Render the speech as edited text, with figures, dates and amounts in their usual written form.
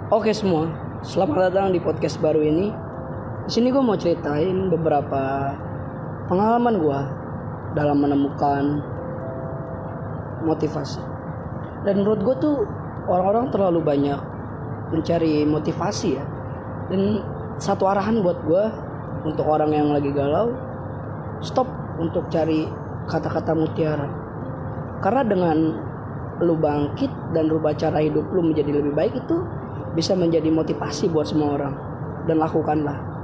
Oke semua, selamat datang di podcast baru ini. Di sini gue mau ceritain beberapa pengalaman gue dalam menemukan motivasi. Dan menurut gue tuh orang-orang terlalu banyak mencari motivasi ya. Dan satu arahan buat gue untuk orang yang lagi galau, stop untuk cari kata-kata mutiara. Karena dengan lu bangkit dan rubah cara hidup lu menjadi lebih baik itu bisa menjadi motivasi buat semua orang. Dan lakukanlah.